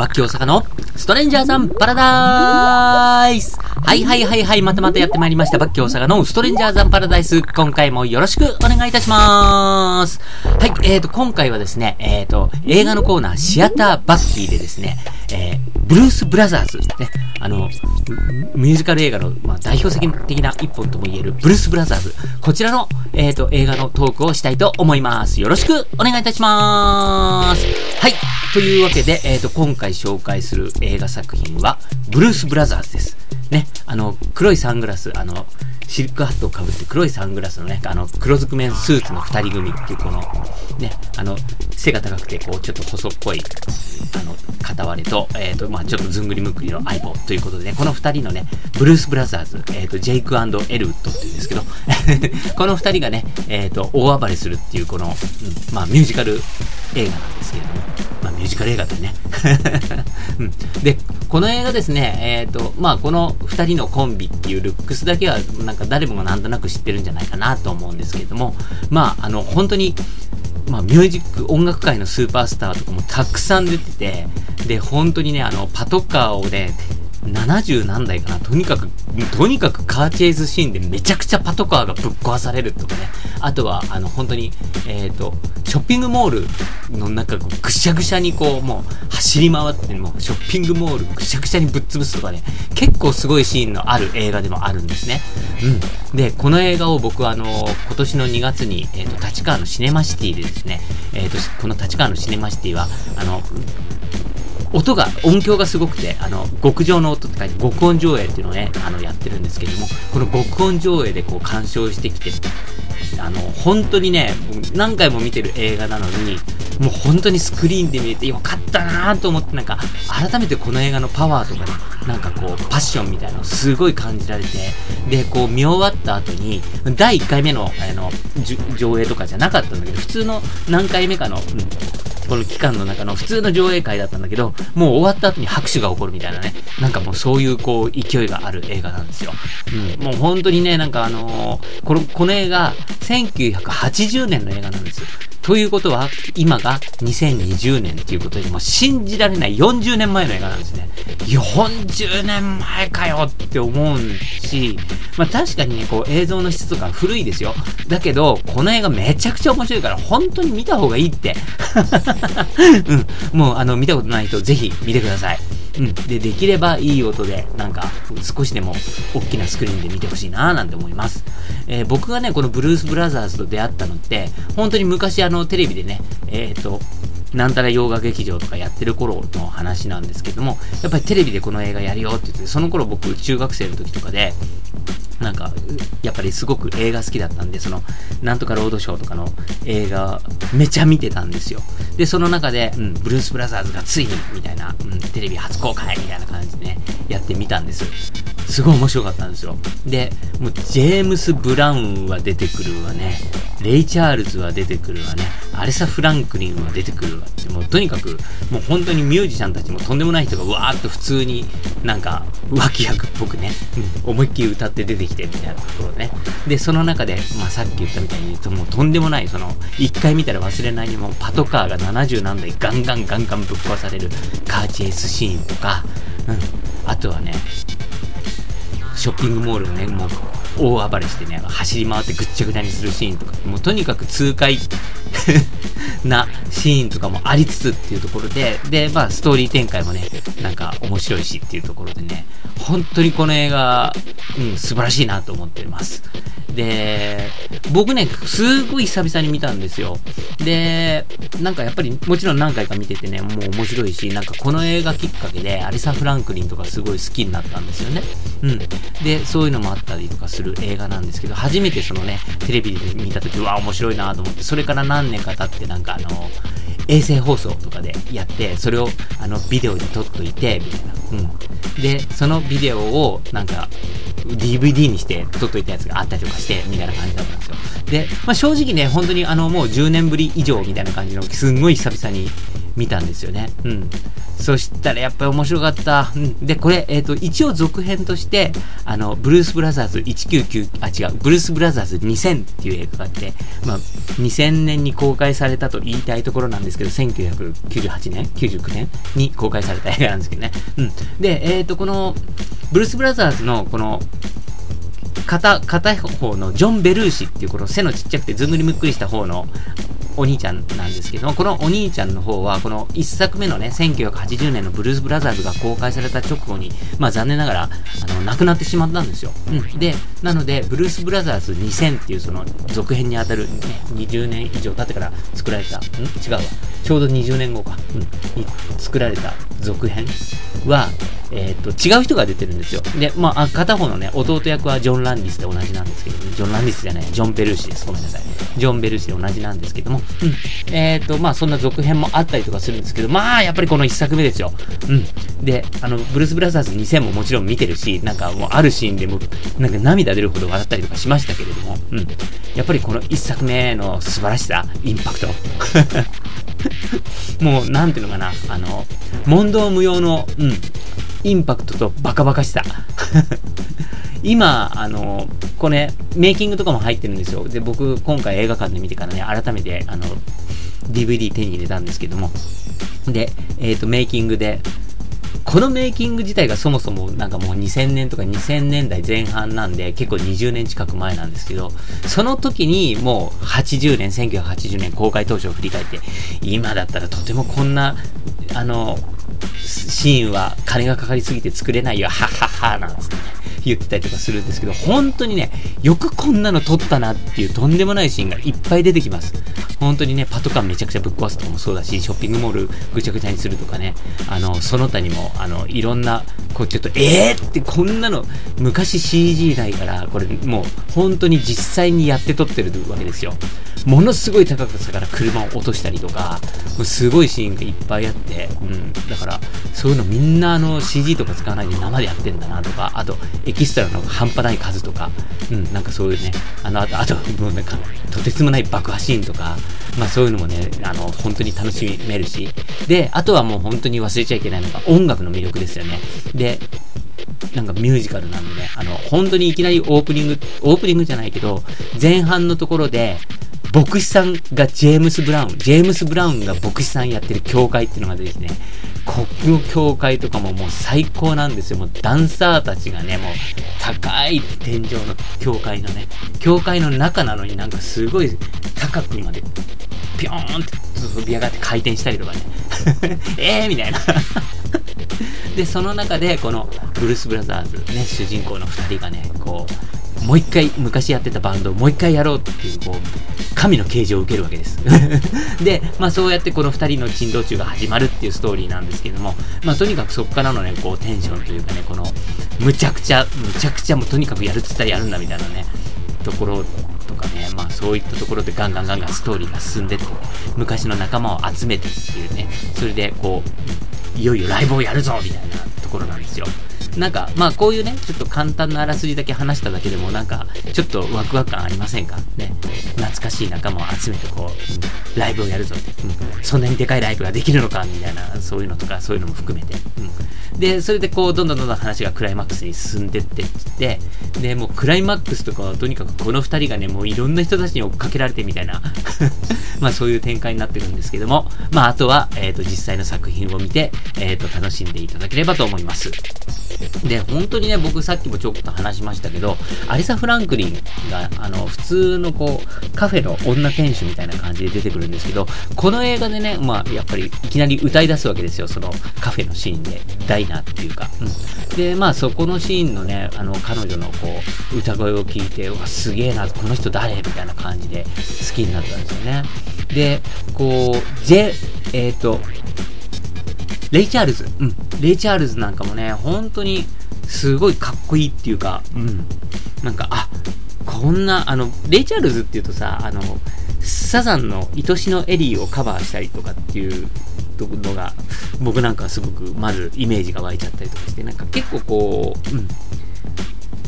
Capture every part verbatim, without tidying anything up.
バッキー大阪のストレンジャーズ・パラダイス。はいはいはいはい、またまたやってまいりました。バッキー大阪のストレンジャーズ・パラダイス。今回もよろしくお願いいたします。はい、えーと、今回はですね、えーと、映画のコーナー、シアターバッキーでですね、えー、ブルース・ブラザーズ、ね、あの、ミュージカル映画の、まあ、代表的な一本とも言えるブルース・ブラザーズ。こちらの、えーと、映画のトークをしたいと思います。よろしくお願いいたします。はい。というわけで、えーと、今回紹介する映画作品は、ブルース・ブラザーズです。ね、あの、黒いサングラス、あの、シルクハットをかぶって黒いサングラスのね、あの、黒ずくめスーツの二人組っていうこの、ね、あの、背が高くて、こう、ちょっと細っぽい、あの、片割れと、えっと、まあちょっとずんぐりむっくりの相棒ということでね、この二人のね、ブルース・ブラザーズ、えっと、ジェイク&エルウッドっていうんですけど、この二人がね、えっと、大暴れするっていうこの、うん、まあミュージカル映画なんですけれども、まあミュージカル映画だよね。うん、で、この映画ですね、えっと、まあこの二人のコンビっていうルックスだけは、なんか誰もがなんとなく知ってるんじゃないかなと思うんですけれども、まああの、本当に、まあミュージック、音楽界のスーパースターとかもたくさん出てて、で、本当にね、あの、パトカーをね、ななじゅうなんだいかな、とにかく、とにかくカーチェイスシーンでめちゃくちゃパトカーがぶっ壊されるとかね。あとは、あの、本当に、えっと、ショッピングモールの中、ぐしゃぐしゃにこう、もう、走り回って、もう、ショッピングモールぐしゃぐしゃにぶっ潰すとかね、結構すごいシーンのある映画でもあるんですね。うん。で、この映画を僕は、あの、今年のにがつに、えっと、立川のシネマシティでですね、えっと、この立川のシネマシティは、あの、音が、音響がすごくて、あの、極上の音って書いて、極音上映っていうのをね、あの、やってるんですけれども、この極音上映でこう、鑑賞してきて、あの、本当にね、何回も見てる映画なのに、もう本当にスクリーンで見れてよかったなぁと思って、なんか、改めてこの映画のパワーとかね、なんかこう、パッションみたいなのをすごい感じられて、で、こう、見終わった後に、だいいっかいめの、あの、上映とかじゃなかったんだけど、普通の何回目かの、うん、この期間の中の普通の上映会だったんだけど、もう終わった後に拍手が起こるみたいなね、なんかもうそういうこう勢いがある映画なんですよ。うん、もう本当にね、なんかあのー、この、この映画、せんきゅうひゃくはちじゅうねんの映画なんです。ということは、今がにせんにじゅうねんっていうことで、もう信じられないよんじゅうねんまえの映画なんですね。よんじゅうねんまえかよって思うし、まあ確かにね、こう映像の質とか古いですよ。だけど、この映画めちゃくちゃ面白いから、本当に見た方がいいって。うん。もうあの、見たことない人ぜひ見てください。うん。で、できればいい音で、なんか、少しでも大きなスクリーンで見てほしいなーなんて思います。えー、僕がね、このブルース・ブラザーズと出会ったのって、本当に昔あの、テレビでね、えっと、なんたら洋画劇場とかやってる頃の話なんですけども、やっぱりテレビでこの映画やるよって言って、その頃僕中学生の時とかで、なんか、やっぱりすごく映画好きだったんで、その、なんとかロードショーとかの映画、めちゃ見てたんですよ。で、その中で、うん、ブルース・ブラザーズがついに、みたいな、うん、テレビ初公開みたいな感じでね、やってみたんです。すごい面白かったんですよ。で、もう、ジェームス・ブラウンは出てくるわね、レイ・チャールズは出てくるわね、アレサ・フランクリンは出てくるわって、もうとにかく、もう本当にミュージシャンたちもとんでもない人がわーっと普通になんか、脇役っぽくね、うん、思いっきり歌って出てきてみたいなところね。で、その中で、まあさっき言ったみたいに、もうとんでもない、その、一回見たら忘れないにも、パトカーがななじゅうなんだいガンガンガンガンぶっ壊されるカーチェイスシーンとか、うん、あとはね、ショッピングモールをね、もう大暴れしてね、走り回ってぐっちゃぐちゃにするシーンとか、もうとにかく痛快なシーンとかもありつつっていうところで、で、まあストーリー展開もね、なんか面白いしっていうところでね、本当にこの映画、うん、素晴らしいなと思っています。で、僕ね、すごい久々に見たんですよ。で、なんかやっぱりもちろん何回か見ててね、もう面白いし、なんかこの映画きっかけでアリサ・フランクリンとかすごい好きになったんですよね。うん。で、そういうのもあったりとかする映画なんですけど、初めてそのね、テレビで見たとき、うわ、面白いなと思って、それから何年か経ってなんかあの、衛星放送とかでやって、それをあの、ビデオに撮っといて、みたいな。うん。で、そのビデオをなんか、ディーブイディー にして撮っといたやつがあったりとかして、みたいな感じだったんですよ。で、まあ正直ね、本当にあの、もうじゅうねんぶり以上みたいな感じの、すんごい久々に見たんですよね。うん。そしたらやっぱり面白かった。うん、で、これ、えっと、一応続編として、あの、ブルース・ブラザーズいちきゅうきゅう、あ、違う、ブルース・ブラザーズにせんっていう映画があって、まあ、にせんねんに公開されたと言いたいところなんですけど、せんきゅうひゃくきゅうじゅうはちねん ?きゅうじゅうきゅうねんに公開された映画なんですけどね。うん。で、えっと、この、ブルース・ブラザーズの、この、片、片方のジョン・ベルーシっていうこの背のちっちゃくてずんぐりむっくりした方のお兄ちゃんなんですけども、このお兄ちゃんの方はこのいっさくめのねせんきゅうひゃくはちじゅうねんのブルース・ブラザーズが公開された直後にまあ残念ながらあの亡くなってしまったんですよ、うん、でなのでブルース・ブラザーズにせんっていうその続編にあたる、ね、にじゅうねん以上経ってから作られたん違うわちょうどにじゅうねんごか、うん、に作られた続編はえー、と違う人が出てるんですよ。で、まあ、片方のね、弟役はジョン・ランディスで同じなんですけど、ね、ジョン・ランディスじゃない、ジョン・ベルーシです。ごめんなさい。ジョン・ベルーシで同じなんですけども、うん。えー、と、まあ、そんな続編もあったりとかするんですけど、まあ、やっぱりこの一作目ですよ。うん。で、あの、ブルース・ブラザーズにせんももちろん見てるし、なんかもうあるシーンでも、なんか涙出るほど笑ったりとかしましたけれども、うん。やっぱりこの一作目の素晴らしさ、インパクト。もう、なんていうのかな、あの、問答無用の、うん。インパクトとバカバカしさ今あのこれメイキングとかも入ってるんですよ。で僕今回映画館で見てからね改めてあの ディーブイディー 手に入れたんですけどもでえっとメイキングでこのメイキング自体がそもそもなんかもうにせんねんとかにせんねんだいぜん半なんで結構にじゅうねん近く前なんですけどその時にもうはちじゅうねんせんきゅうひゃくはちじゅうねん公開当初を振り返って今だったらとてもこんなあのシーンは金がかかりすぎて作れないよはっはっはなんつってね言ってたりとかするんですけど本当にねよくこんなの撮ったなっていうとんでもないシーンがいっぱい出てきます。本当にねパトカーめちゃくちゃぶっ壊すとかもそうだしショッピングモールぐちゃぐちゃにするとかねあのその他にもあのいろんなこうちょっとえーってこんなの昔 シージー ないからこれもう本当に実際にやって撮ってるわけですよ。ものすごい高さから車を落としたりとかもうすごいシーンがいっぱいあって、うん、だからそういうのみんなあの シージー とか使わないで生でやってんだなとかあとエキストラの半端ない数とか、うん、なんかそういうねあのあとあともうなんかとてつもない爆破シーンとかまあそういうのもねあの本当に楽しめるしであとはもう本当に忘れちゃいけないのが音楽の魅力ですよね。でなんかミュージカルなんでねあの本当にいきなりオープニングオープニングじゃないけど前半のところで牧師さんがジェームス・ブラウンジェームス・ブラウンが牧師さんやってる教会っていうのがですねこの教会とかももう最高なんですよ。もうダンサーたちがねもう高い天井の教会のね教会の中なのになんかすごい高くまでピョーンって飛び上がって回転したりとかねえーみたいなでその中でこのブルース・ブラザーズね主人公のふたりがねこうもう一回昔やってたバンドをもう一回やろうっていうこう神の啓示を受けるわけですでまあそうやってこのふたりの珍道中が始まるっていうストーリーなんですけどもまあとにかくそこからのねこうテンションというかねこのむちゃくちゃむちゃくちゃもうとにかくやるっつったらやるんだみたいなねところとかねまあそういったところでガンガンガンガンストーリーが進んでって昔の仲間を集めてっていうねそれでこういよいよライブをやるぞみたいなところなんですよ。なんかまあこういうねちょっと簡単なあらすじだけ話しただけでもなんかちょっとワクワク感ありませんかね。懐かしい仲間を集めてこう、うん、ライブをやるぞって、うん、そんなにでかいライブができるのかみたいなそういうのとかそういうのも含めて、うん、でそれでこうどんどんどんどん話がクライマックスに進んでってってでもうクライマックスとかはとにかくこのふたりがねもういろんな人たちに追っかけられてみたいなまあそういう展開になってるんですけどもまああとは、えーと、実際の作品を見て、えーと、楽しんでいただければと思います。で本当にね僕さっきもちょっと話しましたけどアリサ・フランクリンがあの普通のこうカフェの女店主みたいな感じで出てくるんですけどこの映画でねまあやっぱりいきなり歌い出すわけですよ。そのカフェのシーンでダイナーっていうか、うん、でまあそこのシーンのねあの彼女のこう歌声を聞いてうわすげえなこの人誰みたいな感じで好きになったんですよね。でこうジェえっ、ー、とレイ・チャールズ、うん、レイ・チャールズなんかもね本当にすごいかっこいいっていうか、うん、なんかあこんなあのレイ・チャールズっていうとさあのサザンの愛しのエリーをカバーしたりとかっていうのが僕なんかすごくまずイメージが湧いちゃったりとかしてなんか結構こう、うん、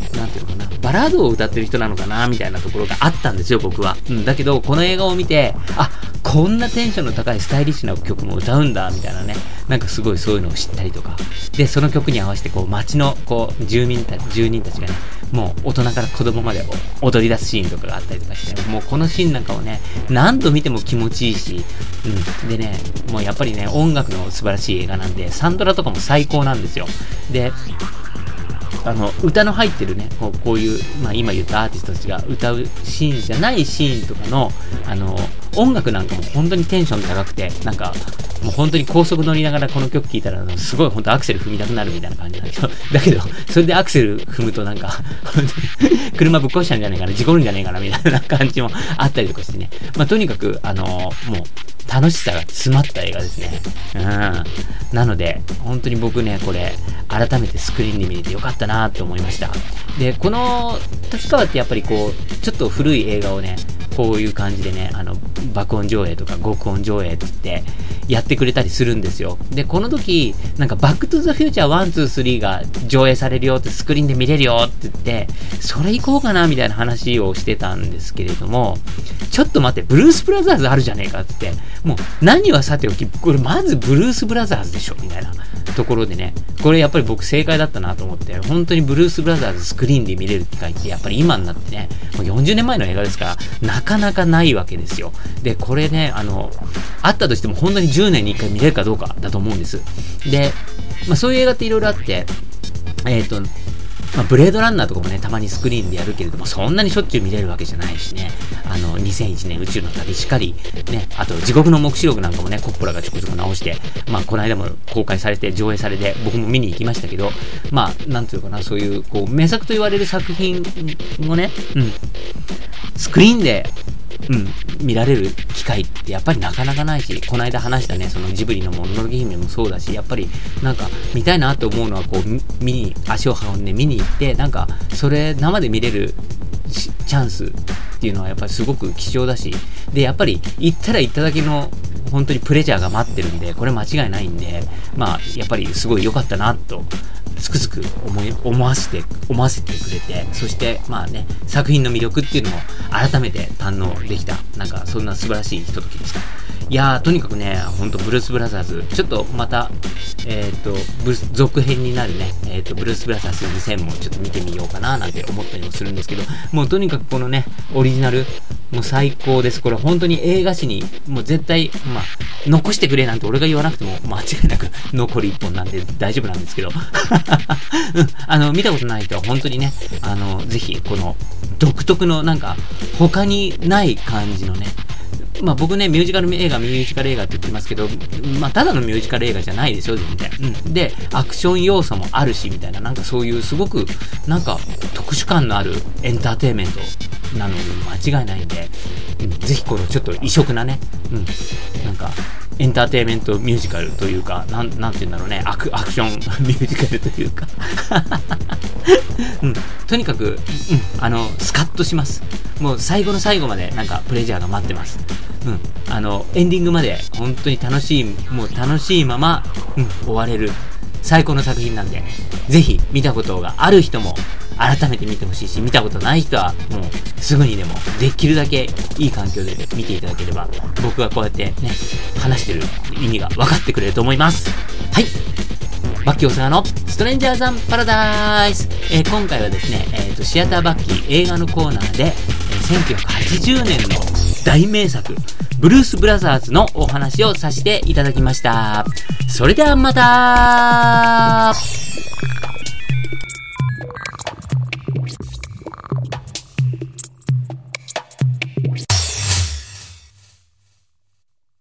なんていうのかな、バラードを歌ってる人なのかなみたいなところがあったんですよ、僕は。うん、だけど、この映画を見て、あ、こんなテンションの高いスタイリッシュな曲も歌うんだ、みたいなね。なんかすごいそういうのを知ったりとか。で、その曲に合わせて、こう、街の、こう、住民たち、住人たちがね、もう大人から子供まで踊り出すシーンとかがあったりとかして、もうこのシーンなんかをね、何度見ても気持ちいいし、うん。でね、もうやっぱりね、音楽の素晴らしい映画なんで、サントラとかも最高なんですよ。で、あの、歌の入ってるね、こう、こういう、まあ今言ったアーティストたちが歌うシーンじゃないシーンとかの、あの、音楽なんかも本当にテンション高くて、なんか、もう本当に高速乗りながらこの曲聴いたら、すごい本当アクセル踏みたくなるみたいな感じなんだけど、だけど、それでアクセル踏むとなんか、車ぶっ壊しちゃうんじゃねえかな、事故るんじゃねえかな、みたいな感じもあったりとかしてね。まあとにかく、あの、もう、楽しさが詰まった映画ですね。うん。なので、本当に僕ね、これ、改めてスクリーンで見れてよかったなって思いました。で、この、立川ってやっぱりこう、ちょっと古い映画をね、こういう感じでね、あの、爆音上映とか極音上映って言って、やってくれたりするんですよ。で、この時、なんか、バックトゥザフューチャーワン、ツー、スリーが上映されるよって、スクリーンで見れるよって言って、それ行こうかなみたいな話をしてたんですけれども、ちょっと待って、ブルースブラザーズあるじゃねえかって言って、もう何はさておき、これまずブルースブラザーズでしょみたいなところでね、これやっぱり僕正解だったなと思って、本当にブルースブラザーズスクリーンで見れる機会ってやっぱり今になってね、もうよんじゅうねんまえの映画ですから、なかなかないわけですよ。で、これね、あの、あったとしても本当にじゅうねんにいっかい見れるかどうかだと思うんです。で、まあそういう映画っていろいろあって、えっと、まあ、ブレードランナーとかもね、たまにスクリーンでやるけれども、そんなにしょっちゅう見れるわけじゃないしね。あの、にせんいちねん宇宙の旅しかり、ね、あと、地獄の黙示録なんかもね、コッポラがちょこちょこ直して、まあ、この間も公開されて、上映されて、僕も見に行きましたけど、まあ、なんていうかな、そういう、こう、名作と言われる作品をね、うん、スクリーンで、うん、見られる機会ってやっぱりなかなかないし、この間話したね、そのジブリのもののけ姫もそうだし、やっぱりなんか見たいなと思うのはこう、見に、足を運んで見に行って、なんかそれ生で見れるチャンスっていうのはやっぱりすごく貴重だし、で、やっぱり行ったら行っただけの本当にプレジャーが待ってるんで、これ間違いないんで、まあ、やっぱりすごい良かったなと、つくづく思い、思わせて、思わせてくれて、そして、まあね、作品の魅力っていうのを改めて堪能できた、なんかそんな素晴らしいひとときでした。いやー、とにかくね、ほんとブルースブラザーズ、ちょっとまた、えっと、続編になるね、えっと、ブルースブラザーズにせんもちょっと見てみようかななんて思ったりもするんですけど、もうとにかくこのね、オリジナル、もう最高です。これ本当に映画史に、もう絶対、まあ、残してくれなんて俺が言わなくても間違いなく残り一本なんで大丈夫なんですけど、うん、あの、見たことない人は本当にね、あの、ぜひ、この独特のなんか、他にない感じのね、まあ僕ね、ミュージカル映画、ミュージカル映画って言ってますけど、まあただのミュージカル映画じゃないですよ、全然。うん。で、アクション要素もあるし、みたいな、なんかそういうすごく、なんか特殊感のあるエンターテインメントなので間違いないんで、うん、ぜひこのちょっと異色なね、うん、なんか、エンターテインメントミュージカルというか、なん、なんて言うんだろうね、アク、アクションミュージカルというか、うん、とにかく、うん、あの、スカッとします。もう最後の最後までなんかプレジャーが待ってます。うん、あの、エンディングまで本当に楽しい、もう楽しいまま、うん、終われる最高の作品なんで、ぜひ見たことがある人も改めて見てほしいし、見たことない人はもうすぐにでもできるだけいい環境で見ていただければ、僕がこうやってね、話してる意味が分かってくれると思います。はい。バッキー大阪のストレンジャーザンパラダイス、えー、今回はですね、えーと、シアターバッキー映画のコーナーで、えー、せんきゅうひゃくはちじゅうねんの大名作ブルースブラザーズのお話をさせていただきました。それではまた。